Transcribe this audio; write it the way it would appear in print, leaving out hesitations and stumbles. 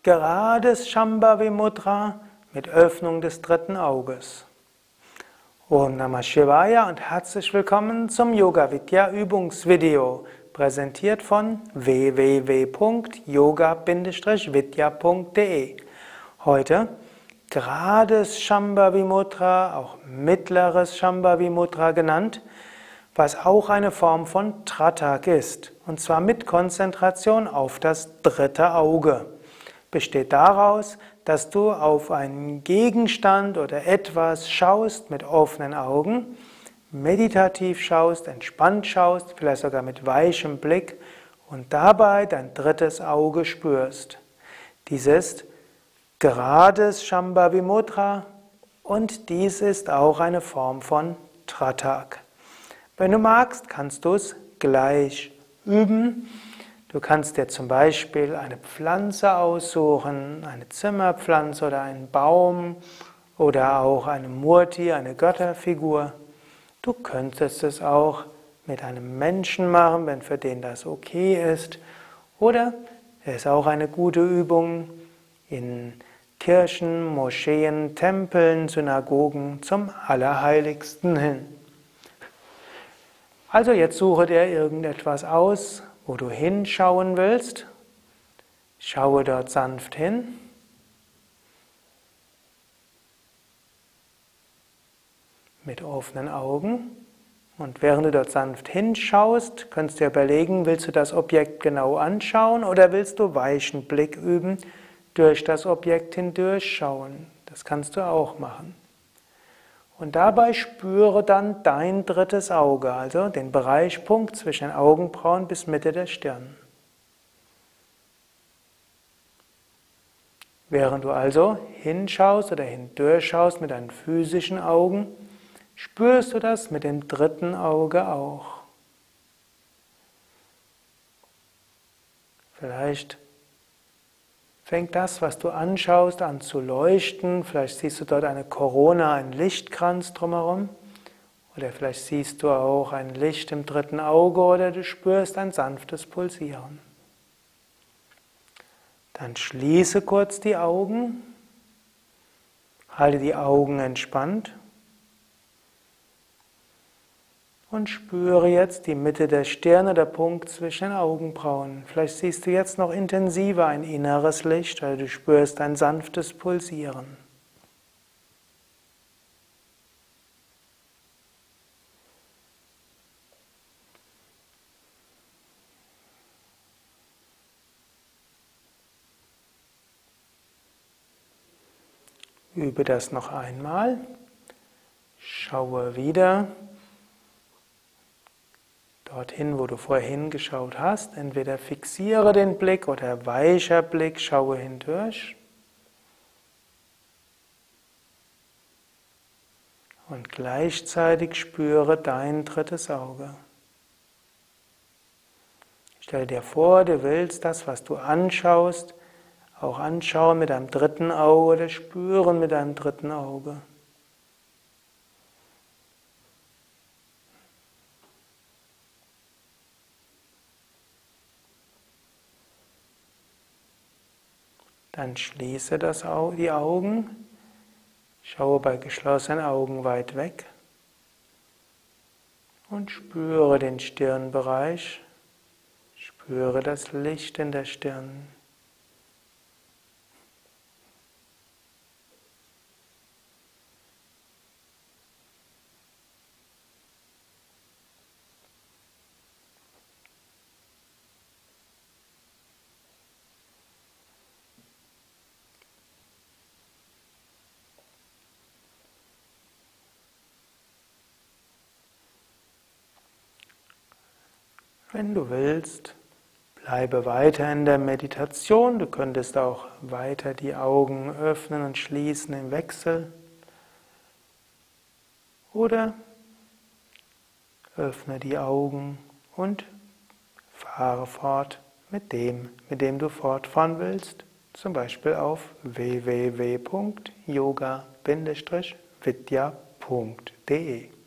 gerades Shambhavi Mudra mit Öffnung des dritten Auges. Om Namah Shivaya und herzlich willkommen zum Yoga Vidya Übungsvideo, präsentiert von www.yoga-vidya.de. Heute gerades Shambhavi Mudra, auch mittleres Shambhavi Mudra genannt, was auch eine Form von Tratak ist, und zwar mit Konzentration auf das dritte Auge. Besteht daraus, dass du auf einen Gegenstand oder etwas schaust mit offenen Augen, meditativ schaust, entspannt schaust, vielleicht sogar mit weichem Blick und dabei dein drittes Auge spürst. Dies ist gerades Shambhavi Mudra und dies ist auch eine Form von Tratak. Wenn du magst, kannst du es gleich üben. Du kannst dir zum Beispiel eine Pflanze aussuchen, eine Zimmerpflanze oder einen Baum oder auch eine Murti, eine Götterfigur. Du könntest es auch mit einem Menschen machen, wenn für den das okay ist. Oder es ist auch eine gute Übung in Kirchen, Moscheen, Tempeln, Synagogen zum Allerheiligsten hin. Also jetzt suche dir irgendetwas aus, wo du hinschauen willst. Schaue dort sanft hin. Mit offenen Augen. Und während du dort sanft hinschaust, kannst du dir überlegen, willst du das Objekt genau anschauen oder willst du weichen Blick üben, durch das Objekt hindurchschauen. Das kannst du auch machen. Und dabei spüre dann dein drittes Auge, also den Bereichspunkt zwischen den Augenbrauen bis Mitte der Stirn. Während du also hinschaust oder hindurchschaust mit deinen physischen Augen, spürst du das mit dem dritten Auge auch. Vielleicht fängt das, was du anschaust, an zu leuchten. Vielleicht siehst du dort eine Korona, einen Lichtkranz drumherum. Oder vielleicht siehst du auch ein Licht im dritten Auge oder du spürst ein sanftes Pulsieren. Dann schließe kurz die Augen. Halte die Augen entspannt. Und spüre jetzt die Mitte der Stirn, der Punkt zwischen den Augenbrauen. Vielleicht siehst du jetzt noch intensiver ein inneres Licht, weil du spürst ein sanftes Pulsieren. Übe das noch einmal. Schaue wieder dorthin, wo du vorhin geschaut hast. Entweder fixiere den Blick oder weicher Blick, schaue hindurch. Und gleichzeitig spüre dein drittes Auge. Stell dir vor, du willst das, was du anschaust, auch anschauen mit deinem dritten Auge oder spüren mit deinem dritten Auge. Dann schließe die Augen, schaue bei geschlossenen Augen weit weg und spüre den Stirnbereich, spüre das Licht in der Stirn. Wenn du willst, bleibe weiter in der Meditation. Du könntest auch weiter die Augen öffnen und schließen im Wechsel. Oder öffne die Augen und fahre fort mit dem du fortfahren willst. Zum Beispiel auf www.yoga-vidya.de